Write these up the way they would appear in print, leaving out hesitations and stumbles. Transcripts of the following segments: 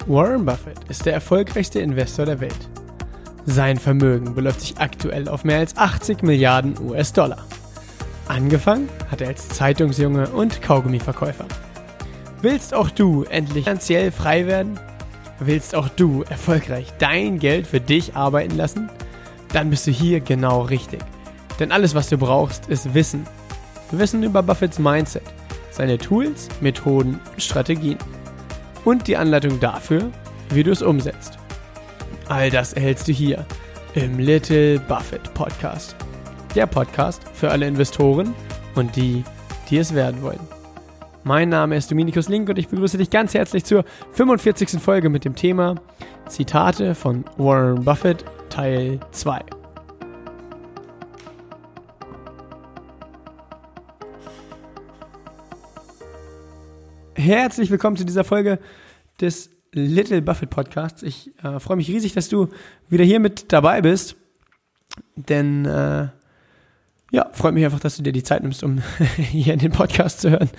Warren Buffett ist der erfolgreichste Investor der Welt. Sein Vermögen beläuft sich aktuell auf mehr als 80 Milliarden US-Dollar. Angefangen hat er als Zeitungsjunge und Kaugummiverkäufer. Willst auch du endlich finanziell frei werden? Willst auch du erfolgreich dein Geld für dich arbeiten lassen? Dann bist du hier genau richtig. Denn alles, was du brauchst, ist Wissen. Wissen über Buffetts Mindset, seine Tools, Methoden und Strategien. Und die Anleitung dafür, wie du es umsetzt. All das erhältst du hier im Little Buffett Podcast. Der Podcast für alle Investoren und die es werden wollen. Mein Name ist Dominikus Link und ich begrüße dich ganz herzlich zur 45. Folge mit dem Thema Zitate von Warren Buffett Teil 2. Herzlich willkommen zu dieser Folge des Little Buffett Podcasts. Ich freue mich riesig, dass du wieder hier mit dabei bist, denn freut mich einfach, dass du dir die Zeit nimmst, um hier in den Podcast zu hören.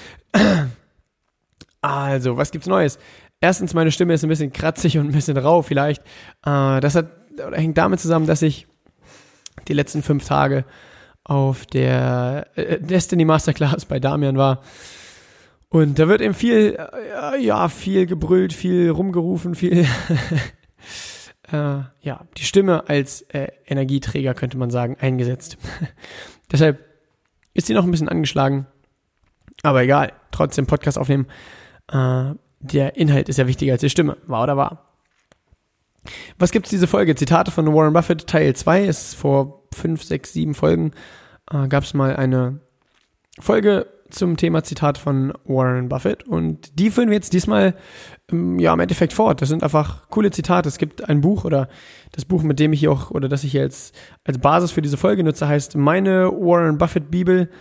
Also, was gibt's Neues? Erstens, meine Stimme ist ein bisschen kratzig und ein bisschen rau vielleicht. Das hängt damit zusammen, dass ich die letzten 5 Tage auf der Destiny Masterclass bei Damian war. Und da wird eben viel gebrüllt, viel rumgerufen, viel, die Stimme als Energieträger, könnte man sagen, eingesetzt. Deshalb ist sie noch ein bisschen angeschlagen, aber egal, trotzdem Podcast aufnehmen. Der Inhalt ist ja wichtiger als die Stimme, wahr oder wahr? Was gibt's diese Folge? Zitate von Warren Buffett, Teil 2, ist vor 5, 6, 7 Folgen, gab's mal eine Folge zum Thema Zitat von Warren Buffett und die führen wir jetzt diesmal im Endeffekt fort. Das sind einfach coole Zitate. Es gibt ein Buch oder das Buch, mit dem ich hier auch, oder das ich hier als Basis für diese Folge nutze, heißt Meine Warren Buffett Bibel.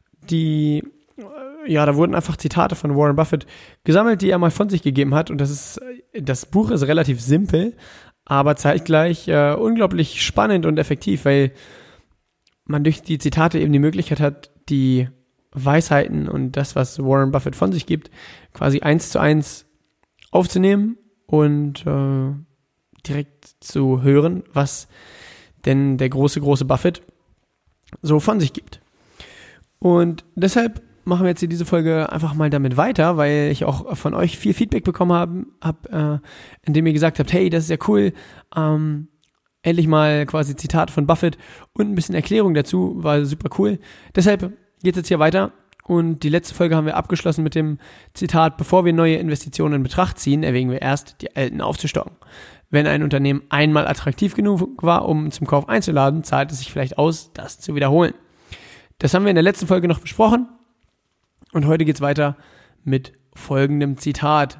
Da wurden einfach Zitate von Warren Buffett gesammelt, die er mal von sich gegeben hat und das Buch ist relativ simpel, aber zeitgleich unglaublich spannend und effektiv, weil man durch die Zitate eben die Möglichkeit hat, die Weisheiten und das, was Warren Buffett von sich gibt, quasi 1:1 aufzunehmen und direkt zu hören, was denn der große Buffett so von sich gibt. Und deshalb machen wir jetzt hier diese Folge einfach mal damit weiter, weil ich auch von euch viel Feedback bekommen habe, indem ihr gesagt habt, hey, das ist ja cool, endlich mal quasi Zitate von Buffett und ein bisschen Erklärung dazu, war super cool. Deshalb geht jetzt hier weiter und die letzte Folge haben wir abgeschlossen mit dem Zitat: Bevor wir neue Investitionen in Betracht ziehen, erwägen wir erst, die alten aufzustocken. Wenn ein Unternehmen einmal attraktiv genug war, um zum Kauf einzuladen, zahlt es sich vielleicht aus, das zu wiederholen. Das haben wir in der letzten Folge noch besprochen und heute geht's weiter mit folgendem Zitat.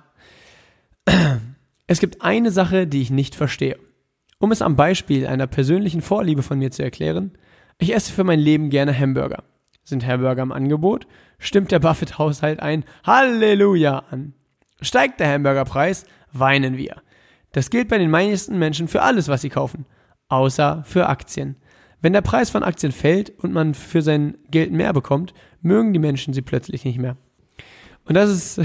Es gibt eine Sache, die ich nicht verstehe. Um es am Beispiel einer persönlichen Vorliebe von mir zu erklären: Ich esse für mein Leben gerne Hamburger. Sind Hamburger im Angebot, stimmt der Buffett-Haushalt ein Halleluja an. Steigt der Hamburgerpreis, weinen wir. Das gilt bei den meisten Menschen für alles, was sie kaufen, außer für Aktien. Wenn der Preis von Aktien fällt und man für sein Geld mehr bekommt, mögen die Menschen sie plötzlich nicht mehr. Und das ist,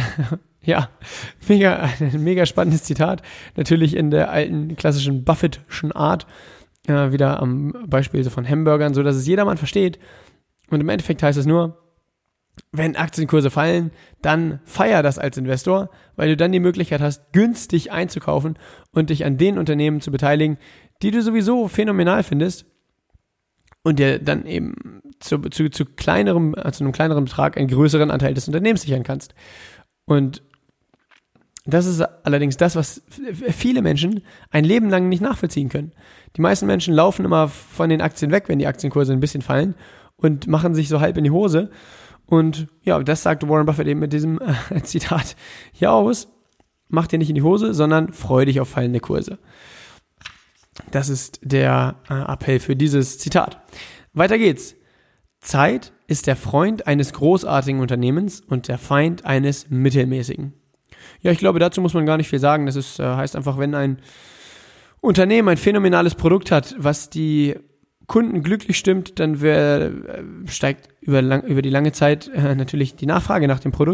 ein mega spannendes Zitat. Natürlich in der alten, klassischen Buffettschen Art, wieder am Beispiel so von Hamburgern, so dass es jedermann versteht. Und im Endeffekt heißt es nur, wenn Aktienkurse fallen, dann feier das als Investor, weil du dann die Möglichkeit hast, günstig einzukaufen und dich an den Unternehmen zu beteiligen, die du sowieso phänomenal findest und dir dann eben zu einem kleineren Betrag einen größeren Anteil des Unternehmens sichern kannst. Und das ist allerdings das, was viele Menschen ein Leben lang nicht nachvollziehen können. Die meisten Menschen laufen immer von den Aktien weg, wenn die Aktienkurse ein bisschen fallen, und machen sich so halb in die Hose. Und ja, das sagt Warren Buffett eben mit diesem Zitat hier aus. Mach dir nicht in die Hose, sondern freu dich auf fallende Kurse. Das ist der Appell für dieses Zitat. Weiter geht's. Zeit ist der Freund eines großartigen Unternehmens und der Feind eines mittelmäßigen. Ja, ich glaube, dazu muss man gar nicht viel sagen. Das ist, heißt einfach, wenn ein Unternehmen ein phänomenales Produkt hat, was die Kunden glücklich stimmt, dann steigt über die lange Zeit natürlich die Nachfrage nach dem Produkt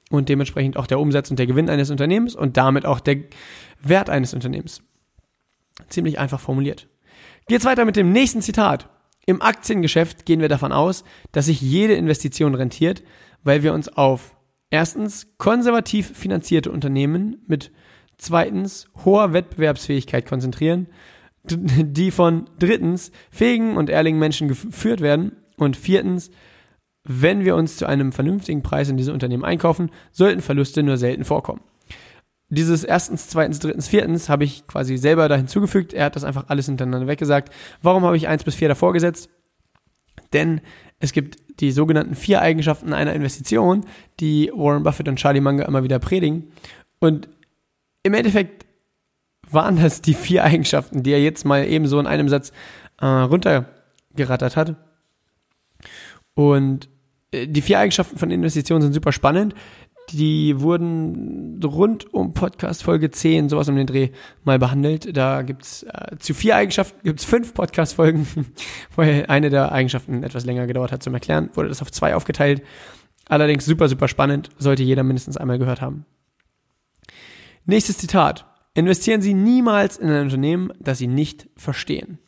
und dementsprechend auch der Umsatz und der Gewinn eines Unternehmens und damit auch der Wert eines Unternehmens. Ziemlich einfach formuliert. Geht's weiter mit dem nächsten Zitat. Im Aktiengeschäft gehen wir davon aus, dass sich jede Investition rentiert, weil wir uns auf erstens konservativ finanzierte Unternehmen mit zweitens hoher Wettbewerbsfähigkeit konzentrieren, die von drittens fähigen und ehrlichen Menschen geführt werden und viertens, wenn wir uns zu einem vernünftigen Preis in diese Unternehmen einkaufen, sollten Verluste nur selten vorkommen. Dieses erstens, zweitens, drittens, viertens habe ich quasi selber da hinzugefügt. Er hat das einfach alles hintereinander weggesagt. Warum habe ich 1 bis 4 davor gesetzt? Denn es gibt die sogenannten 4 Eigenschaften einer Investition, die Warren Buffett und Charlie Munger immer wieder predigen. Und im Endeffekt waren das die 4 Eigenschaften, die er jetzt mal eben so in einem Satz runtergerattert hat. Und die 4 Eigenschaften von Investitionen sind super spannend. Die wurden rund um Podcast Folge 10, sowas um den Dreh, mal behandelt. Da gibt's zu 4 Eigenschaften gibt's 5 Podcast-Folgen, weil eine der Eigenschaften etwas länger gedauert hat zum Erklären, wurde das auf 2 aufgeteilt. Allerdings super, super spannend, sollte jeder mindestens einmal gehört haben. Nächstes Zitat. Investieren Sie niemals in ein Unternehmen, das Sie nicht verstehen.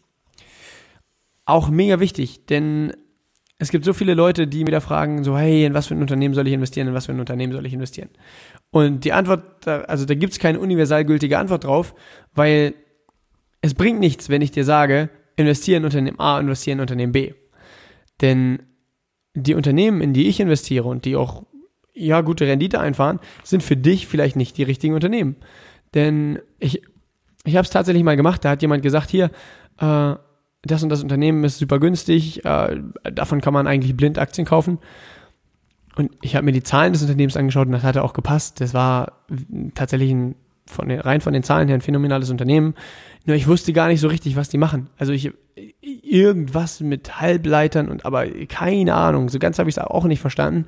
Auch mega wichtig, denn es gibt so viele Leute, die mir da fragen, so, hey, in was für ein Unternehmen soll ich investieren, in was für ein Unternehmen soll ich investieren? Und die Antwort, also da gibt's keine universal gültige Antwort drauf, weil es bringt nichts, wenn ich dir sage, investiere in Unternehmen A, investiere in Unternehmen B. Denn die Unternehmen, in die ich investiere und die auch, ja, gute Rendite einfahren, sind für dich vielleicht nicht die richtigen Unternehmen. Denn ich habe es tatsächlich mal gemacht, da hat jemand gesagt, hier, das und das Unternehmen ist super günstig, davon kann man eigentlich blind Aktien kaufen. Und ich habe mir die Zahlen des Unternehmens angeschaut und das hatte auch gepasst. Das war tatsächlich rein von den Zahlen her ein phänomenales Unternehmen. Nur ich wusste gar nicht so richtig, was die machen. Also irgendwas mit Halbleitern aber keine Ahnung. So ganz habe ich es auch nicht verstanden.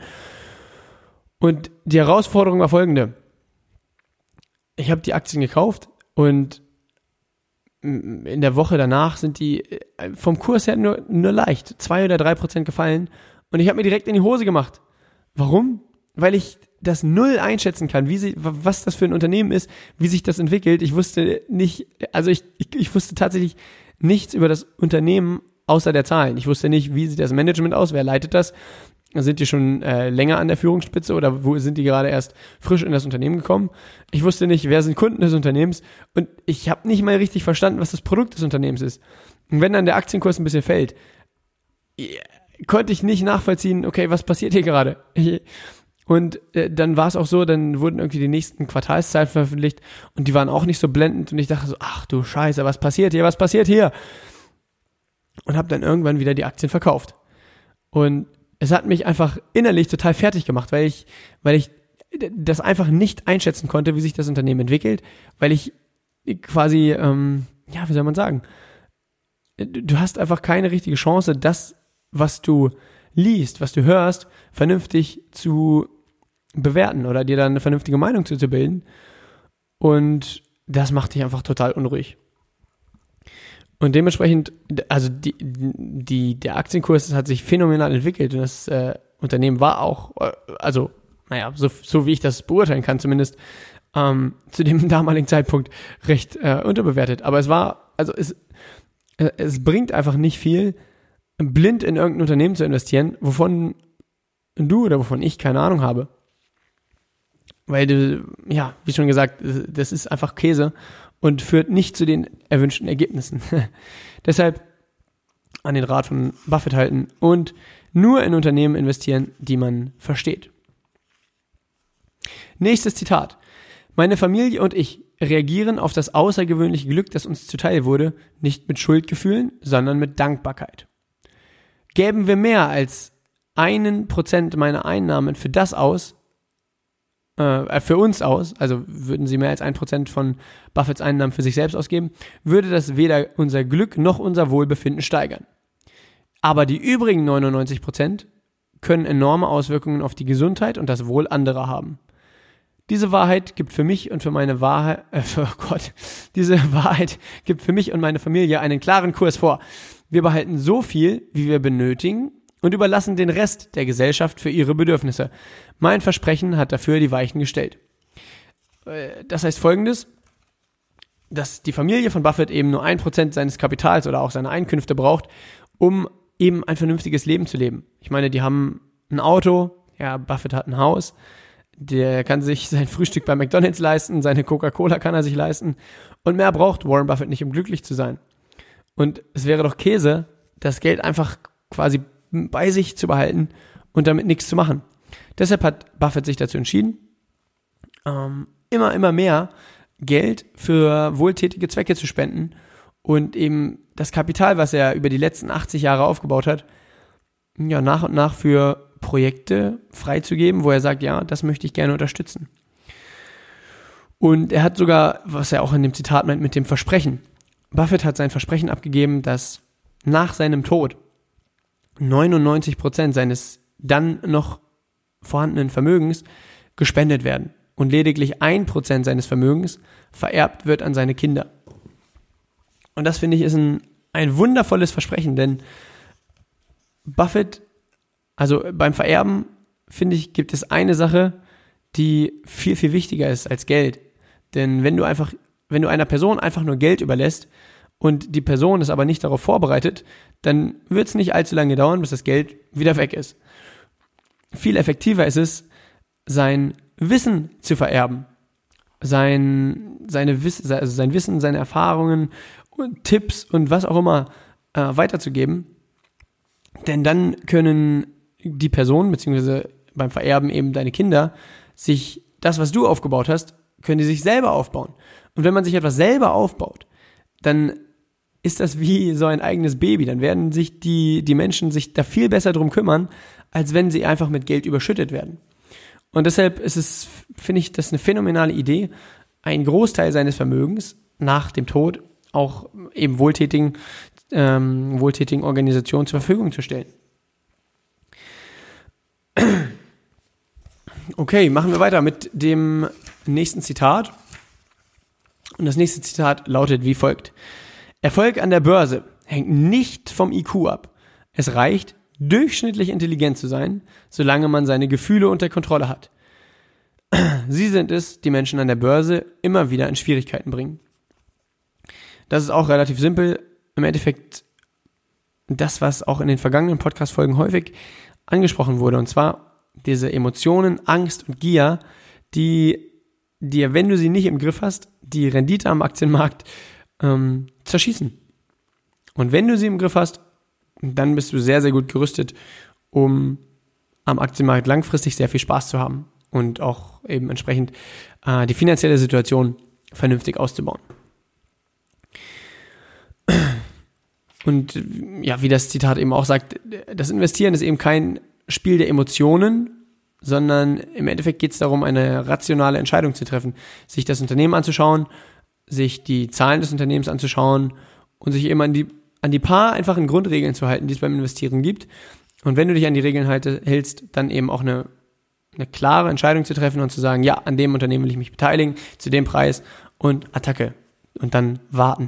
Und die Herausforderung war folgende. Ich habe die Aktien gekauft und in der Woche danach sind die vom Kurs her nur leicht 2 oder 3% gefallen und ich habe mir direkt in die Hose gemacht. Warum? Weil ich das null einschätzen kann, was das für ein Unternehmen ist, wie sich das entwickelt. Ich wusste nicht, also ich wusste tatsächlich nichts über das Unternehmen außer der Zahlen. Ich wusste nicht, wie sieht das Management aus, wer leitet das? Sind die schon länger an der Führungsspitze oder wo sind die gerade erst frisch in das Unternehmen gekommen? Ich wusste nicht, wer sind Kunden des Unternehmens und ich habe nicht mal richtig verstanden, was das Produkt des Unternehmens ist. Und wenn dann der Aktienkurs ein bisschen fällt, konnte ich nicht nachvollziehen, okay, was passiert hier gerade? Und dann war es auch so, dann wurden irgendwie die nächsten Quartalszahlen veröffentlicht und die waren auch nicht so blendend und ich dachte so, ach du Scheiße, was passiert hier? Und habe dann irgendwann wieder die Aktien verkauft. Und es hat mich einfach innerlich total fertig gemacht, weil ich das einfach nicht einschätzen konnte, wie sich das Unternehmen entwickelt, weil ich quasi, wie soll man sagen, du hast einfach keine richtige Chance, das, was du liest, was du hörst, vernünftig zu bewerten oder dir dann eine vernünftige Meinung zu bilden. Und das macht dich einfach total unruhig. Und dementsprechend, also der Aktienkurs hat sich phänomenal entwickelt und das Unternehmen war auch, so wie ich das beurteilen kann zumindest, zu dem damaligen Zeitpunkt recht unterbewertet. Aber es bringt einfach nicht viel, blind in irgendein Unternehmen zu investieren, wovon du oder wovon ich keine Ahnung habe. Weil wie schon gesagt, das ist einfach Käse und führt nicht zu den erwünschten Ergebnissen. Deshalb an den Rat von Buffett halten und nur in Unternehmen investieren, die man versteht. Nächstes Zitat. Meine Familie und ich reagieren auf das außergewöhnliche Glück, das uns zuteil wurde, nicht mit Schuldgefühlen, sondern mit Dankbarkeit. Gäben wir mehr als 1% meiner Einnahmen für uns aus, also würden sie mehr als 1% von Buffetts Einnahmen für sich selbst ausgeben, würde das weder unser Glück noch unser Wohlbefinden steigern. Aber die übrigen 99% können enorme Auswirkungen auf die Gesundheit und das Wohl anderer haben. Diese Wahrheit gibt für mich und meine Familie einen klaren Kurs vor. Wir behalten so viel, wie wir benötigen und überlassen den Rest der Gesellschaft für ihre Bedürfnisse. Mein Versprechen hat dafür die Weichen gestellt. Das heißt Folgendes, dass die Familie von Buffett eben nur 1% seines Kapitals oder auch seine Einkünfte braucht, um eben ein vernünftiges Leben zu leben. Ich meine, die haben ein Auto, ja, Buffett hat ein Haus, der kann sich sein Frühstück bei McDonald's leisten, seine Coca-Cola kann er sich leisten und mehr braucht Warren Buffett nicht, um glücklich zu sein. Und es wäre doch Käse, das Geld einfach quasi bei sich zu behalten und damit nichts zu machen. Deshalb hat Buffett sich dazu entschieden, immer mehr Geld für wohltätige Zwecke zu spenden und eben das Kapital, was er über die letzten 80 Jahre aufgebaut hat, ja, nach und nach für Projekte freizugeben, wo er sagt, ja, das möchte ich gerne unterstützen. Und er hat sogar, was er auch in dem Zitat meint, mit dem Versprechen. Buffett hat sein Versprechen abgegeben, dass nach seinem Tod 99% seines dann noch vorhandenen Vermögens gespendet werden und lediglich 1% seines Vermögens vererbt wird an seine Kinder. Und das, finde ich, ist ein wundervolles Versprechen, denn Buffett, also beim Vererben, finde ich, gibt es eine Sache, die viel, viel wichtiger ist als Geld. Denn wenn du einer Person einfach nur Geld überlässt und die Person ist aber nicht darauf vorbereitet, dann wird es nicht allzu lange dauern, bis das Geld wieder weg ist. Viel effektiver ist es, sein Wissen zu vererben. Sein Wissen, seine Erfahrungen und Tipps und was auch immer weiterzugeben. Denn dann können die Personen, beziehungsweise beim Vererben eben deine Kinder, sich das, was du aufgebaut hast, können die sich selber aufbauen. Und wenn man sich etwas selber aufbaut, dann ist das wie so ein eigenes Baby. Dann werden sich die Menschen sich da viel besser drum kümmern, als wenn sie einfach mit Geld überschüttet werden. Und deshalb finde ich das eine phänomenale Idee, einen Großteil seines Vermögens nach dem Tod auch eben wohltätigen Organisationen zur Verfügung zu stellen. Okay, machen wir weiter mit dem nächsten Zitat. Und das nächste Zitat lautet wie folgt. Erfolg an der Börse hängt nicht vom IQ ab. Es reicht, durchschnittlich intelligent zu sein, solange man seine Gefühle unter Kontrolle hat. Sie sind es, die Menschen an der Börse immer wieder in Schwierigkeiten bringen. Das ist auch relativ simpel. Im Endeffekt das, was auch in den vergangenen Podcast-Folgen häufig angesprochen wurde. Und zwar diese Emotionen, Angst und Gier, die dir, wenn du sie nicht im Griff hast, die Rendite am Aktienmarkt zerschießen. Und wenn du sie im Griff hast, dann bist du sehr, sehr gut gerüstet, um am Aktienmarkt langfristig sehr viel Spaß zu haben und auch eben entsprechend die finanzielle Situation vernünftig auszubauen. Und ja, wie das Zitat eben auch sagt, das Investieren ist eben kein Spiel der Emotionen, sondern im Endeffekt geht es darum, eine rationale Entscheidung zu treffen, sich das Unternehmen anzuschauen, sich die Zahlen des Unternehmens anzuschauen und sich eben an die paar einfachen Grundregeln zu halten, die es beim Investieren gibt. Und wenn du dich an die Regeln hältst, dann eben auch eine klare Entscheidung zu treffen und zu sagen, ja, an dem Unternehmen will ich mich beteiligen, zu dem Preis und Attacke. Und dann warten.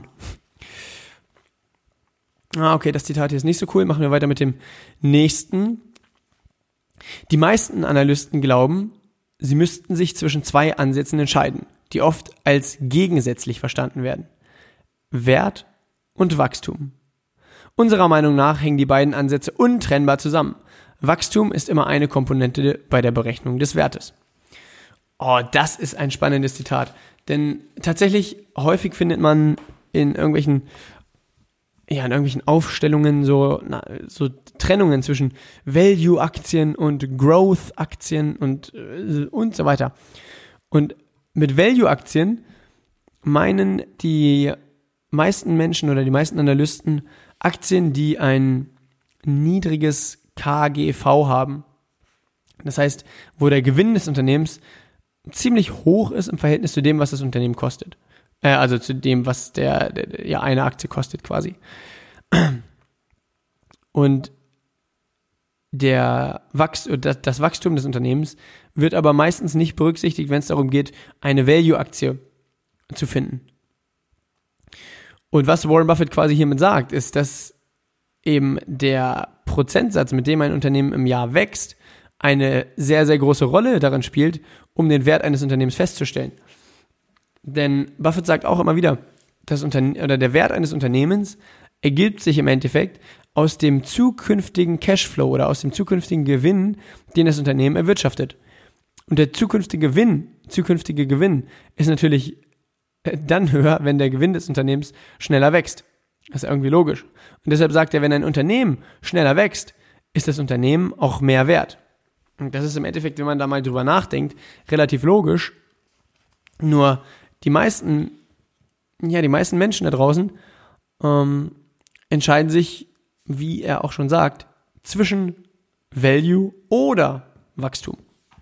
Okay, das Zitat hier ist nicht so cool. Machen wir weiter mit dem nächsten. Die meisten Analysten glauben, sie müssten sich zwischen zwei Ansätzen entscheiden, die oft als gegensätzlich verstanden werden. Wert und Wachstum. Unserer Meinung nach hängen die beiden Ansätze untrennbar zusammen. Wachstum ist immer eine Komponente bei der Berechnung des Wertes. Oh, das ist ein spannendes Zitat. Denn tatsächlich häufig findet man in irgendwelchen Aufstellungen so Trennungen zwischen Value-Aktien und Growth-Aktien und so weiter. Und mit Value-Aktien meinen die meisten Menschen oder die meisten Analysten Aktien, die ein niedriges KGV haben. Das heißt, wo der Gewinn des Unternehmens ziemlich hoch ist im Verhältnis zu dem, was das Unternehmen kostet. Also zu dem, was eine Aktie kostet quasi. Und das Wachstum des Unternehmens wird aber meistens nicht berücksichtigt, wenn es darum geht, eine Value-Aktie zu finden. Und was Warren Buffett quasi hiermit sagt, ist, dass eben der Prozentsatz, mit dem ein Unternehmen im Jahr wächst, eine sehr, sehr große Rolle darin spielt, um den Wert eines Unternehmens festzustellen. Denn Buffett sagt auch immer wieder, der Wert eines Unternehmens ergibt sich im Endeffekt aus dem zukünftigen Cashflow oder aus dem zukünftigen Gewinn, den das Unternehmen erwirtschaftet. Und der zukünftige Gewinn ist natürlich dann höher, wenn der Gewinn des Unternehmens schneller wächst. Das ist irgendwie logisch. Und deshalb sagt er, wenn ein Unternehmen schneller wächst, ist das Unternehmen auch mehr wert. Und das ist im Endeffekt, wenn man da mal drüber nachdenkt, relativ logisch. Nur die meisten Menschen da draußen entscheiden sich, wie er auch schon sagt, zwischen Value oder Wachstum.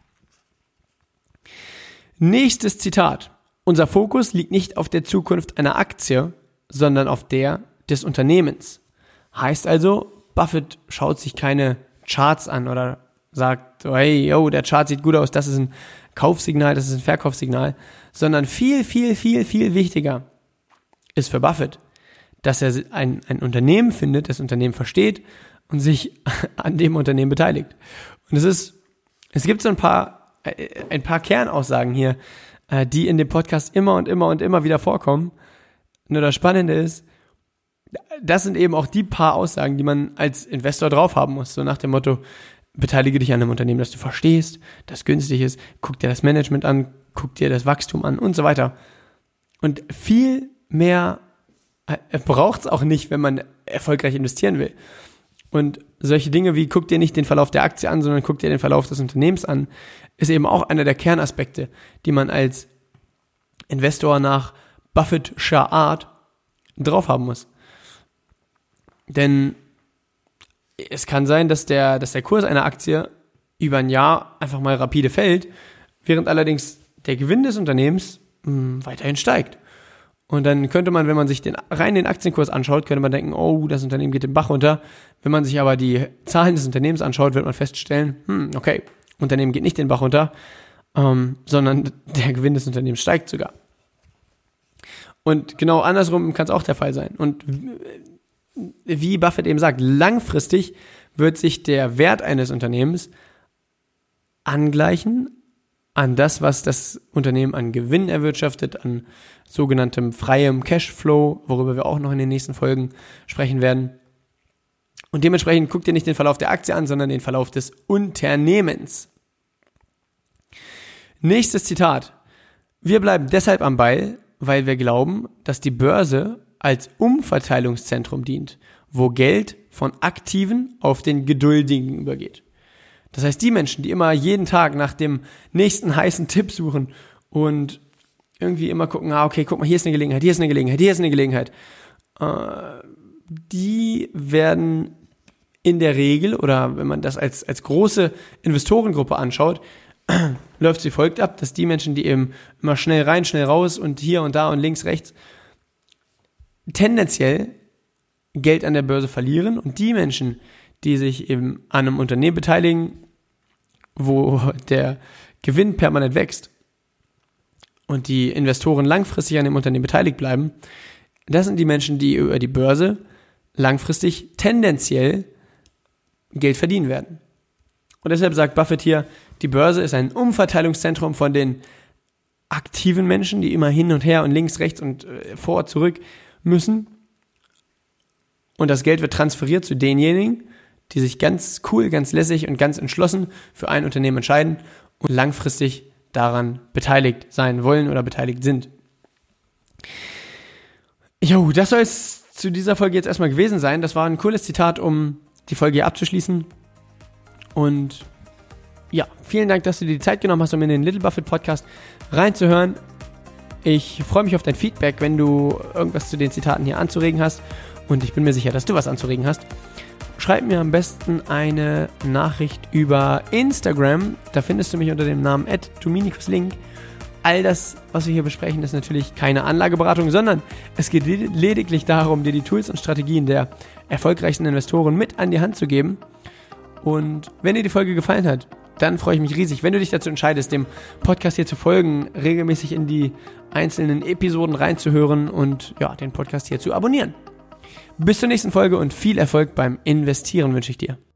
Nächstes Zitat. Unser Fokus liegt nicht auf der Zukunft einer Aktie, sondern auf der des Unternehmens. Heißt also, Buffett schaut sich keine Charts an oder sagt, hey, der Chart sieht gut aus, das ist ein Kaufsignal, das ist ein Verkaufssignal, sondern viel, viel, viel, viel wichtiger ist für Buffett, dass er ein Unternehmen findet, das Unternehmen versteht und sich an dem Unternehmen beteiligt. Und es gibt so ein paar Kernaussagen hier, die in dem Podcast immer und immer und immer wieder vorkommen. Nur das Spannende ist, das sind eben auch die paar Aussagen, die man als Investor drauf haben muss. So nach dem Motto, beteilige dich an einem Unternehmen, das du verstehst, das günstig ist, guck dir das Management an, guck dir das Wachstum an und so weiter. Und viel mehr braucht es auch nicht, wenn man erfolgreich investieren will. Und solche Dinge wie, guck dir nicht den Verlauf der Aktie an, sondern guck dir den Verlauf des Unternehmens an, ist eben auch einer der Kernaspekte, die man als Investor nach Buffettscher Art drauf haben muss. Denn es kann sein, dass der Kurs einer Aktie über ein Jahr einfach mal rapide fällt, während allerdings der Gewinn des Unternehmens weiterhin steigt. Und dann könnte man, wenn man sich den Aktienkurs anschaut, könnte man denken, oh, das Unternehmen geht den Bach runter. Wenn man sich aber die Zahlen des Unternehmens anschaut, wird man feststellen, okay, Unternehmen geht nicht den Bach runter, sondern der Gewinn des Unternehmens steigt sogar. Und genau andersrum kann es auch der Fall sein. Und wie Buffett eben sagt, langfristig wird sich der Wert eines Unternehmens angleichen an das, was das Unternehmen an Gewinn erwirtschaftet, an sogenanntem freiem Cashflow, worüber wir auch noch in den nächsten Folgen sprechen werden. Und dementsprechend guckt ihr nicht den Verlauf der Aktie an, sondern den Verlauf des Unternehmens. Nächstes Zitat. Wir bleiben deshalb am Ball, weil wir glauben, dass die Börse als Umverteilungszentrum dient, wo Geld von Aktiven auf den Geduldigen übergeht. Das heißt, die Menschen, die immer jeden Tag nach dem nächsten heißen Tipp suchen und irgendwie immer gucken, okay, guck mal, hier ist eine Gelegenheit, hier ist eine Gelegenheit, hier ist eine Gelegenheit, die werden in der Regel, oder wenn man das als große Investorengruppe anschaut, läuft sie folgt ab, dass die Menschen, die eben immer schnell rein, schnell raus und hier und da und links, rechts, tendenziell Geld an der Börse verlieren, und die Menschen, die sich eben an einem Unternehmen beteiligen, wo der Gewinn permanent wächst und die Investoren langfristig an dem Unternehmen beteiligt bleiben, das sind die Menschen, die über die Börse langfristig tendenziell Geld verdienen werden. Und deshalb sagt Buffett hier, die Börse ist ein Umverteilungszentrum von den aktiven Menschen, die immer hin und her und links, rechts und vor und zurück müssen. Und das Geld wird transferiert zu denjenigen, die sich ganz cool, ganz lässig und ganz entschlossen für ein Unternehmen entscheiden und langfristig daran beteiligt sein wollen oder beteiligt sind. Jo, das soll es zu dieser Folge jetzt erstmal gewesen sein. Das war ein cooles Zitat, um die Folge hier abzuschließen. Und ja, vielen Dank, dass du dir die Zeit genommen hast, um in den Little Buffett Podcast reinzuhören. Ich freue mich auf dein Feedback, wenn du irgendwas zu den Zitaten hier anzuregen hast. Und ich bin mir sicher, dass du was anzuregen hast. Schreib mir am besten eine Nachricht über Instagram. Da findest du mich unter dem Namen @dominikuslink. All das, was wir hier besprechen, ist natürlich keine Anlageberatung, sondern es geht lediglich darum, dir die Tools und Strategien der erfolgreichsten Investoren mit an die Hand zu geben. Und wenn dir die Folge gefallen hat, dann freue ich mich riesig, wenn du dich dazu entscheidest, dem Podcast hier zu folgen, regelmäßig in die einzelnen Episoden reinzuhören und ja, den Podcast hier zu abonnieren. Bis zur nächsten Folge und viel Erfolg beim Investieren wünsche ich dir.